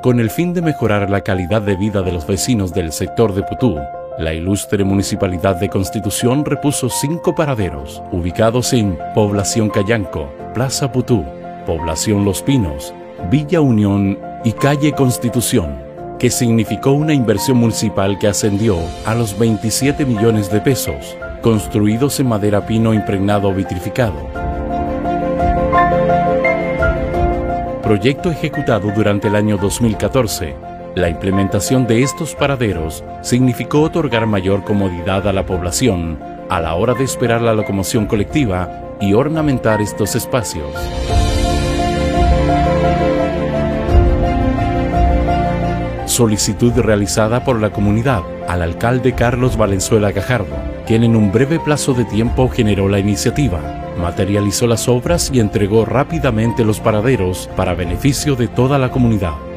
Con el fin de mejorar la calidad de vida de los vecinos del sector de Putú, la ilustre Municipalidad de Constitución repuso 5 paraderos ubicados en Población Cayanco, Plaza Putú, Población Los Pinos, Villa Unión y Calle Constitución, que significó una inversión municipal que ascendió a los 27 millones de pesos, construidos en madera pino impregnado vitrificado. Proyecto ejecutado durante el año 2014, la implementación de estos paraderos significó otorgar mayor comodidad a la población a la hora de esperar la locomoción colectiva y ornamentar estos espacios. Solicitud realizada por la comunidad al alcalde Carlos Valenzuela Gajardo, quien en un breve plazo de tiempo generó la iniciativa, materializó las obras y entregó rápidamente los paraderos para beneficio de toda la comunidad.